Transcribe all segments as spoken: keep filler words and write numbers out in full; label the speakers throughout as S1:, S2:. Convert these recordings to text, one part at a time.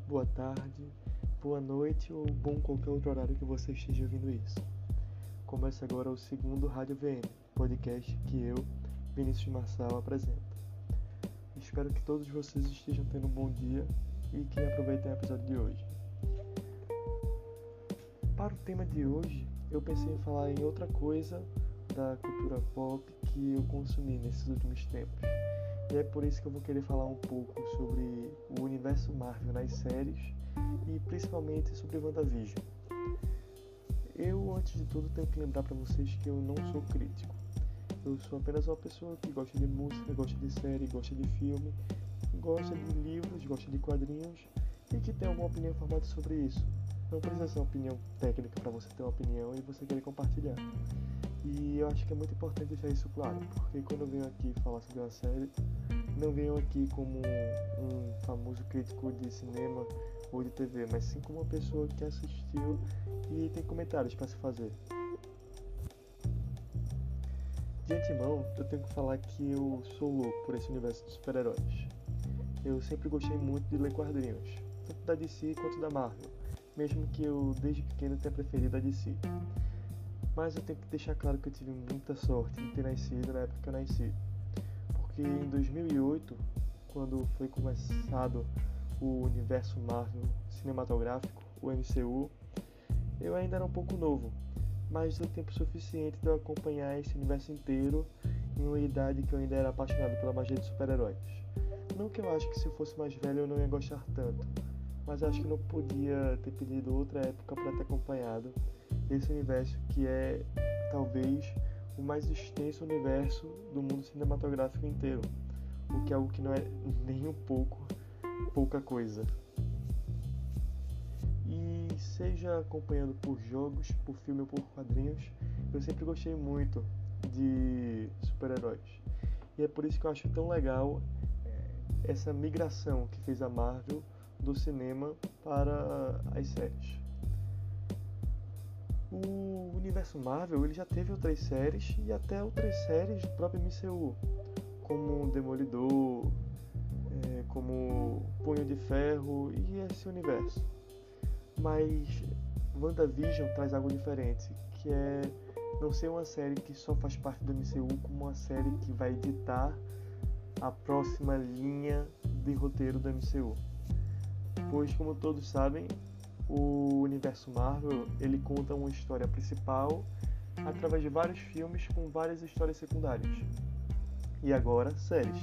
S1: boa tarde, boa noite ou bom qualquer outro horário que você esteja ouvindo isso. Começa agora o segundo Rádio V M, podcast que eu, Vinícius Marçal, apresento. Espero que todos vocês estejam tendo um bom dia e que aproveitem o episódio de hoje. Para o tema de hoje, eu pensei em falar em outra coisa da cultura pop que eu consumi nesses últimos tempos. E é por isso que eu vou querer falar um pouco sobre o universo Marvel nas séries e principalmente sobre WandaVision. Eu, antes de tudo, tenho que lembrar para vocês que eu não sou crítico. Eu sou apenas uma pessoa que gosta de música, gosta de série, gosta de filme, gosta de livros, gosta de quadrinhos e que tem alguma opinião formada sobre isso. Não precisa ser uma opinião técnica para você ter uma opinião e você querer compartilhar. E eu acho que é muito importante deixar isso claro, porque quando eu venho aqui falar sobre uma série, não venho aqui como um, um famoso crítico de cinema ou de T V, mas sim como uma pessoa que assistiu e tem comentários para se fazer. De antemão, eu tenho que falar que eu sou louco por esse universo de super-heróis. Eu sempre gostei muito de ler quadrinhos, tanto da D C quanto da Marvel, mesmo que eu desde pequeno tenha preferido a D C. Mas eu tenho que deixar claro que eu tive muita sorte de ter nascido na época que eu nasci. Porque em dois mil e oito, quando foi começado o universo Marvel cinematográfico, o M C U, eu ainda era um pouco novo, mas deu tempo suficiente de eu acompanhar esse universo inteiro em uma idade que eu ainda era apaixonado pela magia de super-heróis. Não que eu acho que se eu fosse mais velho eu não ia gostar tanto, mas eu acho que não podia ter pedido outra época para ter acompanhado esse universo que é, talvez, o mais extenso universo do mundo cinematográfico inteiro, o que é algo que não é nem um pouco pouca coisa. E seja acompanhando por jogos, por filme ou por quadrinhos, eu sempre gostei muito de super-heróis. E é por isso que eu acho tão legal essa migração que fez a Marvel do cinema para as séries. O universo Marvel ele já teve outras séries e até outras séries do próprio M C U, como Demolidor, é, como Punho de Ferro e esse universo. Mas WandaVision traz algo diferente, que é não ser uma série que só faz parte do M C U, como uma série que vai ditar a próxima linha de roteiro do M C U. Pois, como todos sabem, o universo Marvel ele conta uma história principal através de vários filmes com várias histórias secundárias. E agora, séries.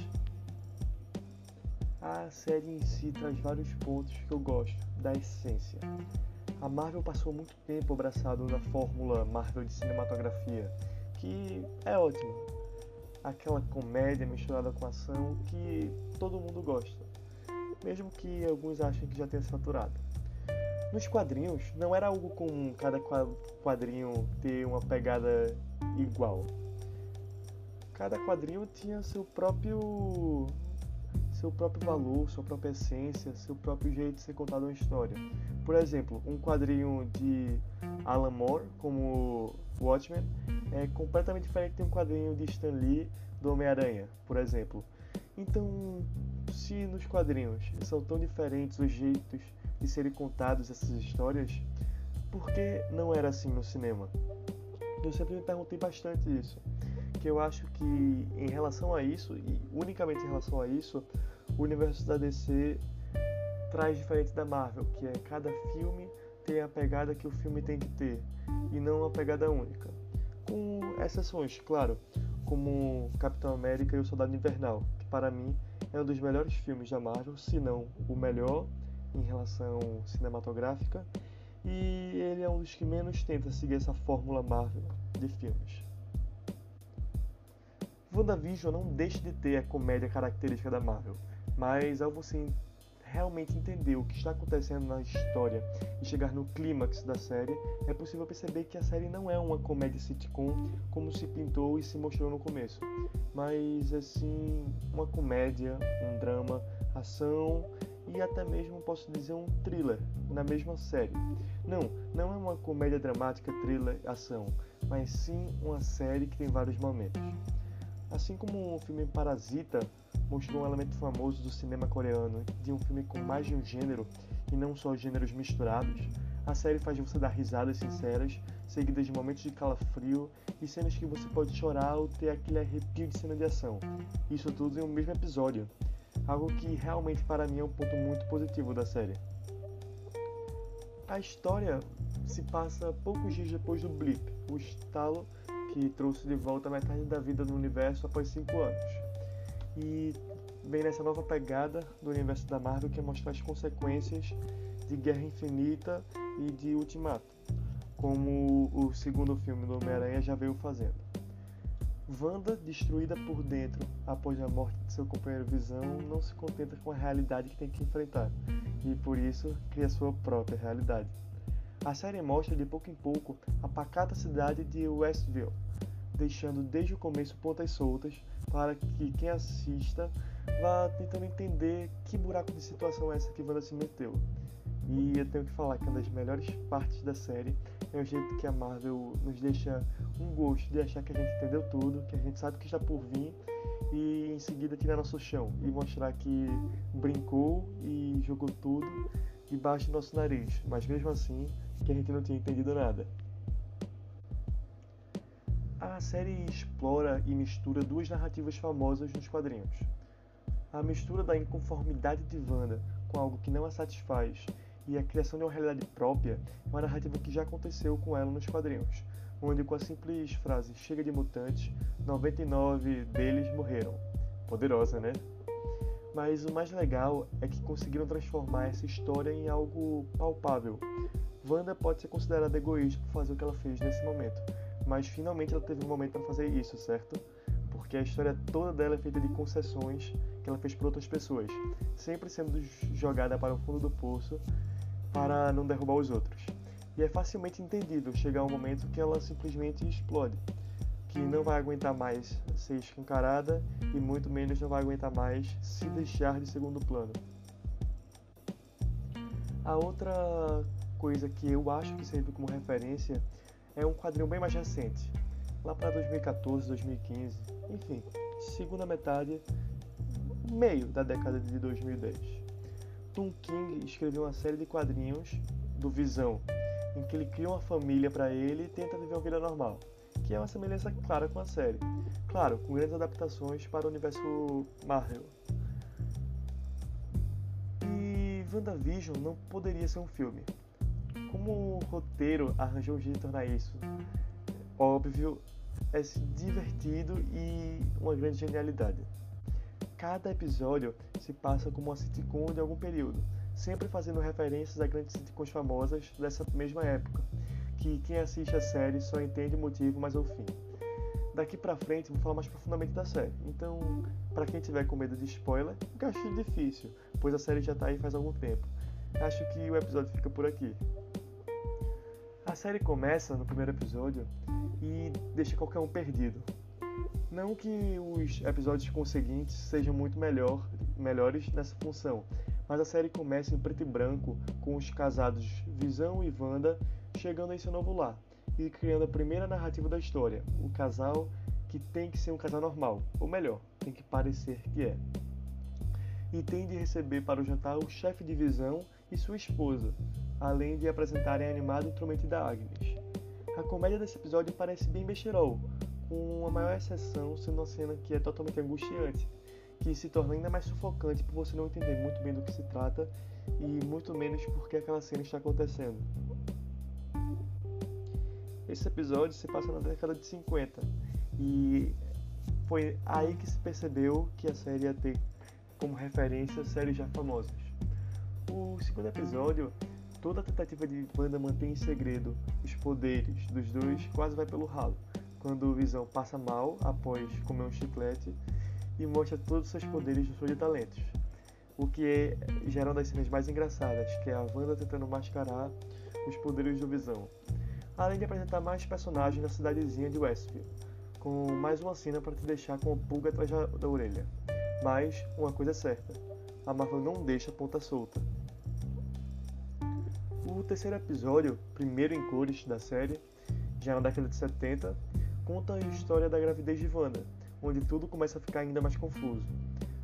S1: A série em si traz vários pontos que eu gosto da essência. A Marvel passou muito tempo abraçado na fórmula Marvel de cinematografia, que é ótimo. Aquela comédia misturada com ação que todo mundo gosta, mesmo que alguns achem que já tenha saturado. Nos quadrinhos, não era algo comum cada quadrinho ter uma pegada igual. Cada quadrinho tinha seu próprio, seu próprio valor, sua própria essência, seu próprio jeito de ser contada uma história. Por exemplo, um quadrinho de Alan Moore, como Watchmen, é completamente diferente de um quadrinho de Stan Lee do Homem-Aranha, por exemplo. Então, se nos quadrinhos são tão diferentes os jeitos de serem contadas essas histórias, por que não era assim no cinema? Eu sempre me perguntei bastante isso, que eu acho que em relação a isso, e unicamente em relação a isso, o universo da D C traz diferente da Marvel, que é cada filme tem a pegada que o filme tem que ter, e não uma pegada única. Com exceções, claro, como Capitão América e o Soldado Invernal, que para mim é um dos melhores filmes da Marvel, se não o melhor em relação cinematográfica, e ele é um dos que menos tenta seguir essa fórmula Marvel de filmes. WandaVision não deixa de ter a comédia característica da Marvel, mas ao você realmente entender o que está acontecendo na história e chegar no clímax da série, é possível perceber que a série não é uma comédia sitcom como se pintou e se mostrou no começo, mas é sim uma comédia, um drama, ação e até mesmo posso dizer um thriller na mesma série. Não, não é uma comédia dramática, thriller, ação, mas sim uma série que tem vários momentos. Assim como o filme Parasita mostrou um elemento famoso do cinema coreano, de um filme com mais de um gênero e não só gêneros misturados, a série faz você dar risadas sinceras, seguidas de momentos de calafrio e cenas que você pode chorar ou ter aquele arrepio de cena de ação. Isso tudo em um mesmo episódio, algo que realmente para mim é um ponto muito positivo da série. A história se passa poucos dias depois do blip, o estalo que trouxe de volta a metade da vida no universo após cinco anos. E bem nessa nova pegada do universo da Marvel que é mostrar as consequências de Guerra Infinita e de Ultimato, como o segundo filme do Homem-Aranha já veio fazendo. Wanda, destruída por dentro após a morte de seu companheiro Visão, não se contenta com a realidade que tem que enfrentar, e por isso cria sua própria realidade. A série mostra de pouco em pouco a pacata cidade de Westview, deixando desde o começo pontas soltas para que quem assista vá tentando entender que buraco de situação é essa que Wanda se meteu. E eu tenho que falar que uma das melhores partes da série é o jeito que a Marvel nos deixa um gosto de achar que a gente entendeu tudo, que a gente sabe o que está por vir e em seguida tirar nosso chão e mostrar que brincou e jogou tudo debaixo do nosso nariz, mas mesmo assim que a gente não tinha entendido nada. A série explora e mistura duas narrativas famosas nos quadrinhos. A mistura da inconformidade de Wanda com algo que não a satisfaz e a criação de uma realidade própria é uma narrativa que já aconteceu com ela nos quadrinhos, onde com a simples frase "chega de mutantes", noventa e nove deles morreram. Poderosa, né? Mas o mais legal é que conseguiram transformar essa história em algo palpável. Wanda pode ser considerada egoísta por fazer o que ela fez nesse momento, mas finalmente ela teve um momento para fazer isso, certo? Porque a história toda dela é feita de concessões que ela fez por outras pessoas, sempre sendo jogada para o fundo do poço para não derrubar os outros. E é facilmente entendível chegar um momento que ela simplesmente explode, que não vai aguentar mais ser escancarada e muito menos não vai aguentar mais se deixar de segundo plano. A outra coisa que eu acho que serve como referência é um quadrinho bem mais recente, lá para dois mil e quatorze, dois mil e quinze, enfim, segunda metade, meio da década de dois mil e dez. Tom King escreveu uma série de quadrinhos do Visão, em que ele cria uma família para ele e tenta viver uma vida normal, que é uma semelhança clara com a série, claro, com grandes adaptações para o universo Marvel. E WandaVision não poderia ser um filme. Como o roteiro arranjou um jeito de tornar isso óbvio, é divertido e uma grande genialidade. Cada episódio se passa como uma sitcom de algum período, sempre fazendo referências a grandes sitcoms famosas dessa mesma época, que quem assiste a série só entende o motivo mais ao fim. Daqui pra frente vou falar mais profundamente da série, então, pra quem tiver com medo de spoiler, eu acho difícil, pois a série já tá aí faz algum tempo. Acho que o episódio fica por aqui. A série começa no primeiro episódio e deixa qualquer um perdido. Não que os episódios conseguintes sejam muito melhor, melhores nessa função, mas a série começa em preto e branco com os casados Visão e Wanda chegando em seu novo lar e criando a primeira narrativa da história, o casal que tem que ser um casal normal, ou melhor, tem que parecer que é. E tem de receber para o jantar o chefe de Visão e sua esposa, além de apresentarem a animada instrumento da Agnes. A comédia desse episódio parece bem besterol, com a maior exceção sendo uma cena que é totalmente angustiante, que se torna ainda mais sufocante por você não entender muito bem do que se trata e muito menos por que aquela cena está acontecendo. Esse episódio se passa na década de cinquenta e foi aí que se percebeu que a série ia ter como referência séries já famosas. O segundo episódio, toda a tentativa de Wanda manter em segredo os poderes dos dois quase vai pelo ralo, quando o Visão passa mal após comer um chiclete e mostra todos os seus poderes do show de talentos, o que é, gera uma das cenas mais engraçadas, que é a Wanda tentando mascarar os poderes do Visão, além de apresentar mais personagens na cidadezinha de Westview, com mais uma cena para te deixar com a pulga atrás da orelha. Mas uma coisa é certa, a Marvel não deixa a ponta solta. O terceiro episódio, primeiro em cores da série, já na década de setenta, conta a história da gravidez de Wanda, onde tudo começa a ficar ainda mais confuso.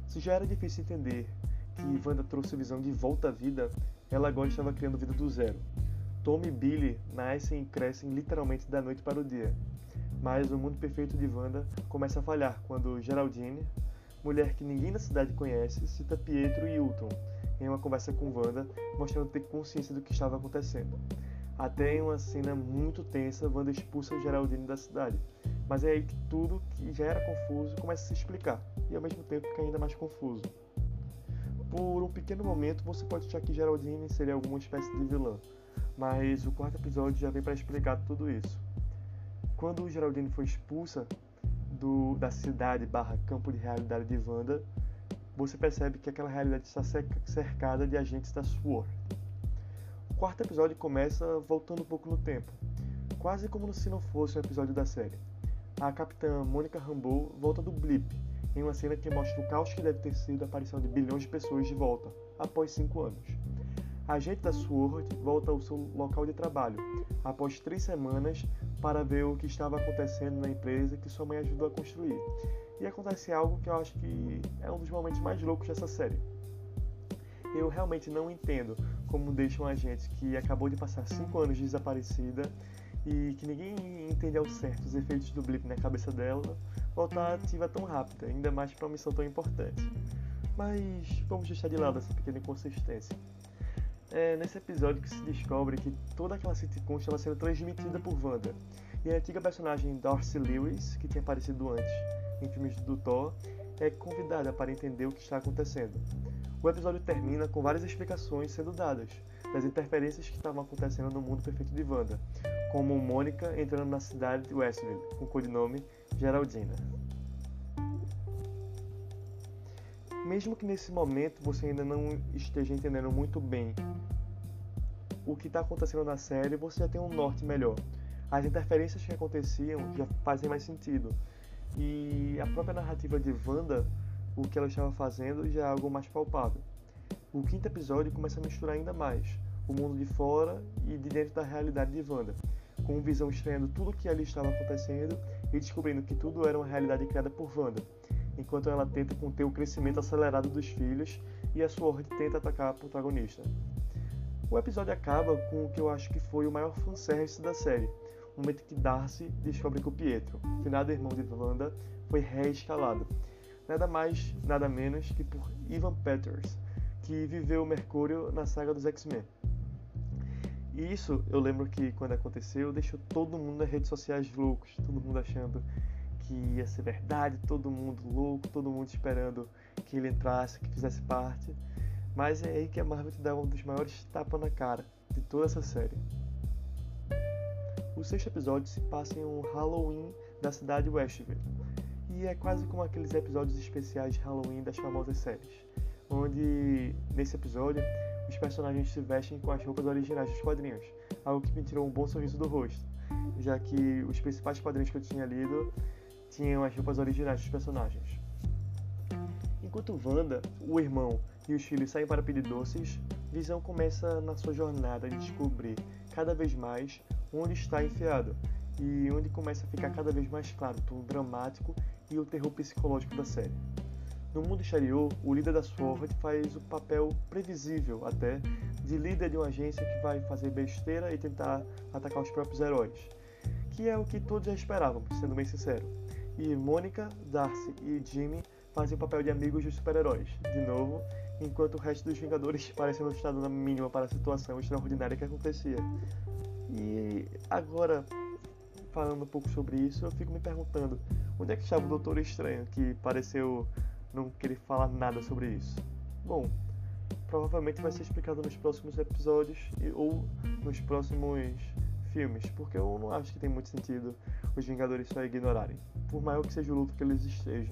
S1: Se já era difícil entender que Wanda trouxe a visão de volta à vida, ela agora estava criando vida do zero. Tom e Billy nascem e crescem literalmente da noite para o dia. Mas o mundo perfeito de Wanda começa a falhar quando Geraldine, mulher que ninguém na cidade conhece, cita Pietro e Ultron em uma conversa com Wanda, mostrando ter consciência do que estava acontecendo. Até em uma cena muito tensa, Wanda expulsa Geraldine da cidade. Mas é aí que tudo que já era confuso começa a se explicar, e ao mesmo tempo fica ainda mais confuso. Por um pequeno momento, você pode achar que Geraldine seria alguma espécie de vilã, mas o quarto episódio já vem para explicar tudo isso. Quando Geraldine foi expulsa do, da cidade barra campo de realidade de Wanda, você percebe que aquela realidade está cercada de agentes da SWORD. O quarto episódio começa voltando um pouco no tempo, quase como se não fosse um episódio da série. A capitã Monica Rambeau volta do blip, em uma cena que mostra o caos que deve ter sido a aparição de bilhões de pessoas de volta, após cinco anos. A agente da SWORD volta ao seu local de trabalho, após três semanas, para ver o que estava acontecendo na empresa que sua mãe ajudou a construir. E acontece algo que eu acho que é um dos momentos mais loucos dessa série. Eu realmente não entendo como deixam a gente que acabou de passar cinco anos desaparecida e que ninguém entende ao certo os efeitos do blip na cabeça dela voltar ativa tão rápida, ainda mais para uma missão tão importante. Mas vamos deixar de lado essa pequena inconsistência. É nesse episódio que se descobre que toda aquela sitcom estava sendo transmitida por Wanda, e a antiga personagem Darcy Lewis, que tinha aparecido antes em filmes do Thor, é convidada para entender o que está acontecendo. O episódio termina com várias explicações sendo dadas das interferências que estavam acontecendo no mundo perfeito de Wanda, como Mônica entrando na cidade de Westville, com o codinome Geraldina. Mesmo que nesse momento você ainda não esteja entendendo muito bem o que está acontecendo na série, você já tem um norte melhor. As interferências que aconteciam já fazem mais sentido. E a própria narrativa de Wanda, o que ela estava fazendo, já é algo mais palpável. O quinto episódio começa a misturar ainda mais o mundo de fora e de dentro da realidade de Wanda, com Visão estranhando tudo o que ali estava acontecendo e descobrindo que tudo era uma realidade criada por Wanda, enquanto ela tenta conter o crescimento acelerado dos filhos e a SWORD tenta atacar a protagonista. O episódio acaba com o que eu acho que foi o maior fanservice da série, o momento que Darcy descobre que o Pietro, finado irmão de Wanda, foi reescalado. Nada mais, nada menos que por Ivan Peters, que viveu o Mercúrio na saga dos X-Men. E isso, eu lembro que quando aconteceu, deixou todo mundo nas redes sociais loucos, todo mundo achando que ia ser verdade, todo mundo louco, todo mundo esperando que ele entrasse, que fizesse parte. Mas é aí que a Marvel te dá um dos maiores tapas na cara de toda essa série. O sexto episódio se passa em um Halloween da cidade de Westville, e é quase como aqueles episódios especiais de Halloween das famosas séries, onde, nesse episódio, os personagens se vestem com as roupas originais dos quadrinhos, algo que me tirou um bom sorriso do rosto, já que os principais quadrinhos que eu tinha lido tinham as roupas originais dos personagens. Enquanto Wanda, o irmão e os filhos saem para pedir doces, Visão começa na sua jornada de descobrir cada vez mais onde está enfiado, e onde começa a ficar cada vez mais claro o tom dramático e o terror psicológico da série. No mundo exterior, o líder da SWORD faz o papel previsível até de líder de uma agência que vai fazer besteira e tentar atacar os próprios heróis, que é o que todos já esperavam, sendo bem sincero. E Mônica, Darcy e Jimmy fazem o papel de amigos dos super-heróis, de novo, enquanto o resto dos Vingadores parece não estar dando a mínima para a situação extraordinária que acontecia. E agora, falando um pouco sobre isso, eu fico me perguntando, onde é que estava o Doutor Estranho, que pareceu não querer falar nada sobre isso? Bom, provavelmente vai ser explicado nos próximos episódios ou nos próximos filmes, porque eu não acho que tem muito sentido os Vingadores só ignorarem, por maior que seja o luto que eles estejam.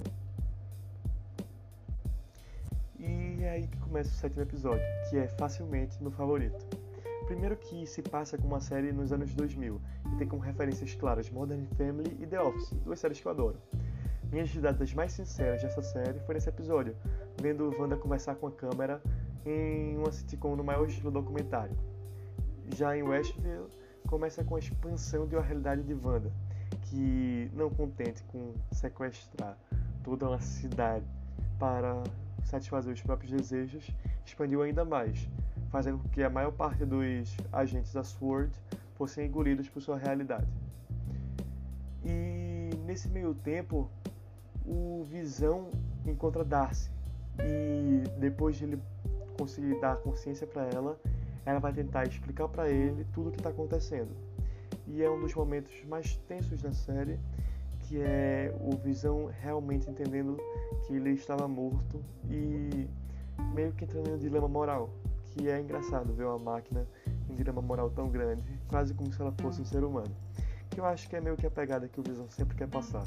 S1: E é aí que começa o sétimo episódio, que é facilmente meu favorito. Primeiro que se passa com uma série nos anos dois mil, e tem como referências claras Modern Family e The Office, duas séries que eu adoro. Minhas risadas mais sinceras dessa série foi nesse episódio, vendo Wanda conversar com a câmera em uma sitcom no maior estilo documentário. Já em Westville, começa com a expansão de uma realidade de Wanda, que, não contente com sequestrar toda uma cidade para satisfazer os próprios desejos, expandiu ainda mais, fazendo com que a maior parte dos agentes da SWORD fossem engolidos por sua realidade. E nesse meio tempo, o Visão encontra Darcy, e depois de ele conseguir dar consciência para ela, ela vai tentar explicar para ele tudo o que está acontecendo. E é um dos momentos mais tensos da série, que é o Visão realmente entendendo que ele estava morto e meio que entrando em um dilema moral, que é engraçado ver uma máquina em um dilema moral tão grande, quase como se ela fosse um ser humano, que eu acho que é meio que a pegada que o Visão sempre quer passar.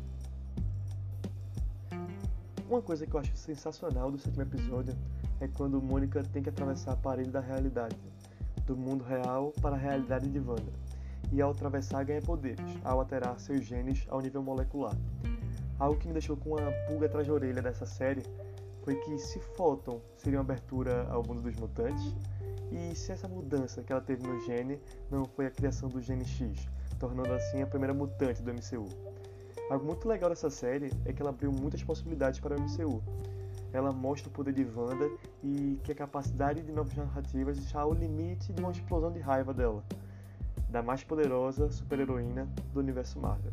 S1: Uma coisa que eu acho sensacional do sétimo episódio é quando Mônica tem que atravessar a parede da realidade, do mundo real para a realidade de Wanda, e ao atravessar ganha poderes, ao alterar seus genes ao nível molecular. Algo que me deixou com uma pulga atrás da orelha dessa série foi que se Photon seria uma abertura ao mundo dos mutantes, e se essa mudança que ela teve no gene não foi a criação do gene X, tornando assim a primeira mutante do M C U. Algo muito legal dessa série é que ela abriu muitas possibilidades para o M C U. Ela mostra o poder de Wanda e que a capacidade de novas narrativas está ao limite de uma explosão de raiva dela, da mais poderosa super-heroína do universo Marvel.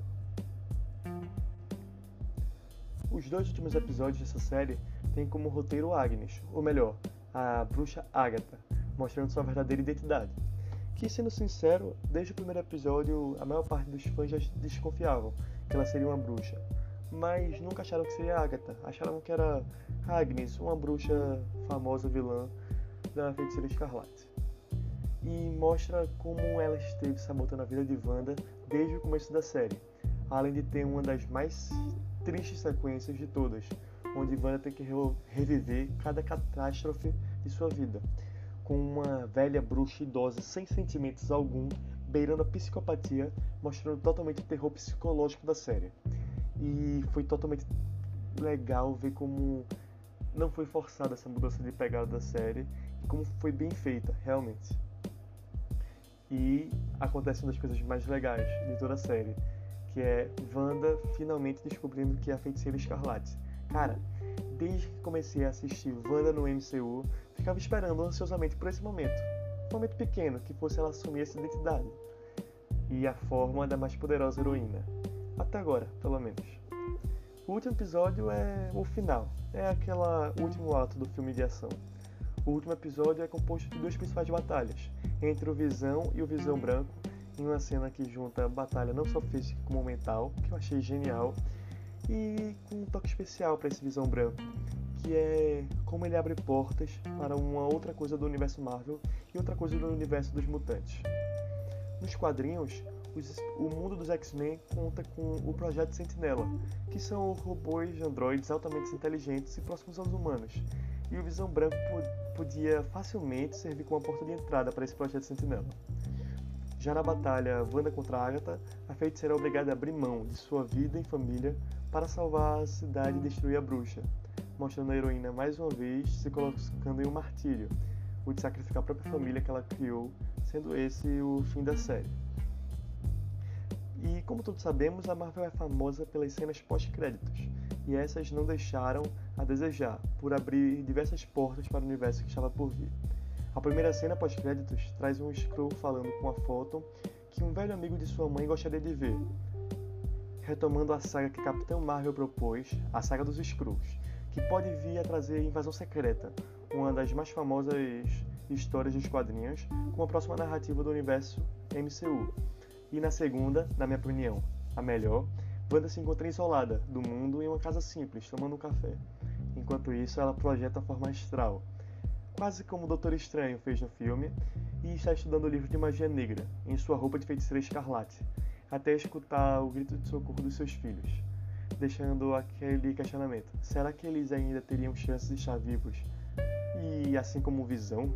S1: Os dois últimos episódios dessa série têm como roteiro Agnes, ou melhor, a bruxa Agatha, mostrando sua verdadeira identidade. Que, sendo sincero, desde o primeiro episódio a maior parte dos fãs já desconfiavam que ela seria uma bruxa, mas nunca acharam que seria Agatha, acharam que era Agnes, uma bruxa famosa vilã da Feiticeira Escarlate. E mostra como ela esteve sabotando a vida de Wanda desde o começo da série, além de ter uma das mais tristes sequências de todas, onde Wanda tem que re reviver cada catástrofe de sua vida, com uma velha bruxa idosa sem sentimentos algum, beirando a psicopatia, mostrando totalmente o terror psicológico da série. E foi totalmente legal ver como não foi forçada essa mudança de pegada da série e como foi bem feita, realmente. E acontece uma das coisas mais legais de toda a série, que é Wanda finalmente descobrindo que é a Feiticeira Escarlate. Cara, desde que comecei a assistir Wanda no M C U, ficava esperando ansiosamente por esse momento. Um momento pequeno, que fosse ela assumir essa identidade e a forma da mais poderosa heroína. Até agora, pelo menos. O último episódio é o final, é aquele último ato do filme de ação. O último episódio é composto de duas principais batalhas, entre o Visão e o Visão Branco, em uma cena que junta batalha não só física como mental, que eu achei genial, e com um toque especial para esse Visão Branco, que é como ele abre portas para uma outra coisa do universo Marvel e outra coisa do universo dos mutantes. Nos quadrinhos, os, o mundo dos X-Men conta com o Projeto Sentinela, que são robôs androides altamente inteligentes e próximos aos humanos, e o Visão Branco podia facilmente servir como uma porta de entrada para esse Projeto Sentinela. Já na batalha Wanda contra Agatha, a feiticeira é obrigada a abrir mão de sua vida e família para salvar a cidade e destruir a bruxa, mostrando a heroína mais uma vez se colocando em um martírio, o de sacrificar a própria família que ela criou, sendo esse o fim da série. E como todos sabemos, a Marvel é famosa pelas cenas pós-créditos, e essas não deixaram a desejar, por abrir diversas portas para o universo que estava por vir. A primeira cena pós-créditos traz um Skrull falando com a Photon que um velho amigo de sua mãe gostaria de ver, retomando a saga que Capitão Marvel propôs, a saga dos Skrulls, que pode vir a trazer Invasão Secreta, uma das mais famosas histórias dos quadrinhos, com a próxima narrativa do universo M C U. E na segunda, na minha opinião, a melhor, Wanda se encontra isolada do mundo em uma casa simples, tomando um café. Enquanto isso, ela projeta a forma astral, quase como o Doutor Estranho fez no filme, e está estudando o livro de magia negra, em sua roupa de feiticeira escarlate, até escutar o grito de socorro dos seus filhos, deixando aquele questionamento: será que eles ainda teriam chances de estar vivos? E assim como o Visão?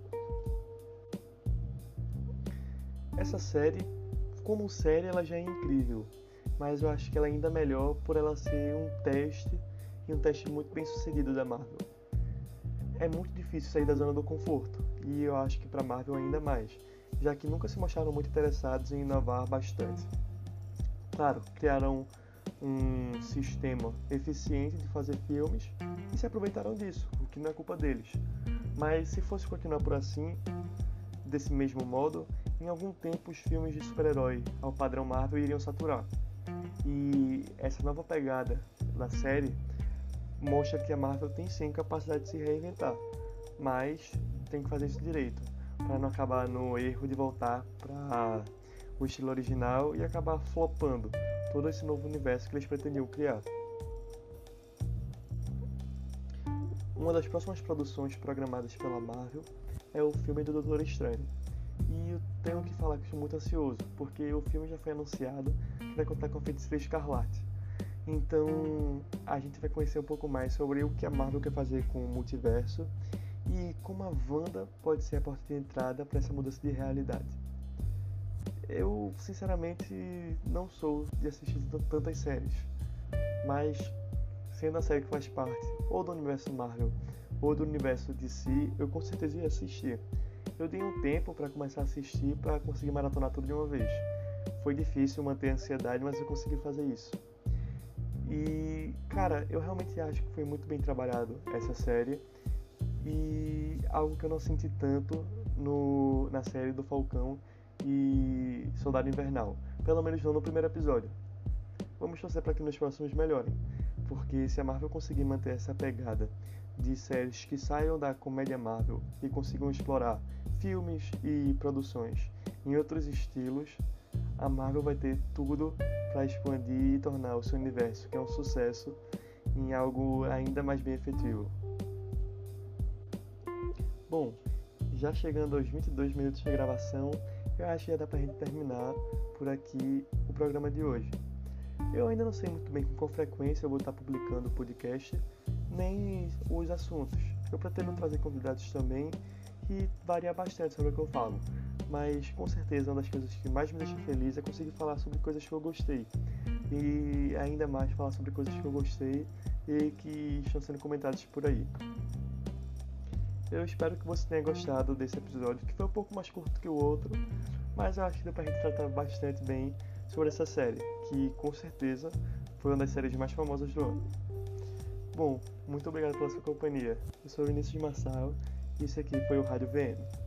S1: Essa série, como série, ela já é incrível, mas eu acho que ela é ainda melhor por ela ser um teste, e um teste muito bem sucedido da Marvel. É muito difícil sair da zona do conforto, e eu acho que para Marvel ainda mais, já que nunca se mostraram muito interessados em inovar bastante. Claro, criaram um sistema eficiente de fazer filmes e se aproveitaram disso, o que não é culpa deles. Mas se fosse continuar por assim, desse mesmo modo, em algum tempo os filmes de super-herói ao padrão Marvel iriam saturar. E essa nova pegada da série mostra que a Marvel tem sim capacidade de se reinventar, mas tem que fazer isso direito, para não acabar no erro de voltar para o estilo original e acabar flopando todo esse novo universo que eles pretendiam criar. Uma das próximas produções programadas pela Marvel é o filme do Doutor Estranho. E eu tenho que falar que estou muito ansioso, porque o filme já foi anunciado que vai contar com a Feiticeira Escarlate. Então a gente vai conhecer um pouco mais sobre o que a Marvel quer fazer com o multiverso e como a Wanda pode ser a porta de entrada para essa mudança de realidade. Eu, sinceramente, não sou de assistir tantas séries, mas sendo a série que faz parte ou do universo Marvel ou do universo D C, eu com certeza ia assistir. Eu dei um tempo para começar a assistir para conseguir maratonar tudo de uma vez. Foi difícil manter a ansiedade, mas eu consegui fazer isso. E, cara, eu realmente acho que foi muito bem trabalhado essa série e algo que eu não senti tanto no, na série do Falcão e Soldado Invernal, pelo menos não no primeiro episódio. Vamos torcer para que nos próximos melhorem, porque se a Marvel conseguir manter essa pegada de séries que saiam da comédia Marvel e consigam explorar filmes e produções em outros estilos, a Marvel vai ter tudo para expandir e tornar o seu universo, que é um sucesso, em algo ainda mais bem efetivo. Bom, já chegando aos vinte e dois minutos de gravação, eu acho que já dá pra gente terminar por aqui o programa de hoje. Eu ainda não sei muito bem com qual frequência eu vou estar publicando o podcast, nem os assuntos. Eu pretendo trazer convidados também e variar bastante sobre o que eu falo. Mas com certeza uma das coisas que mais me deixa feliz é conseguir falar sobre coisas que eu gostei. E ainda mais falar sobre coisas que eu gostei e que estão sendo comentadas por aí. Eu espero que você tenha gostado desse episódio, que foi um pouco mais curto que o outro, mas eu acho que deu pra gente tratar bastante bem sobre essa série, que com certeza foi uma das séries mais famosas do ano. Bom, muito obrigado pela sua companhia. Eu sou o Vinícius de Marçal e esse aqui foi o Rádio V M.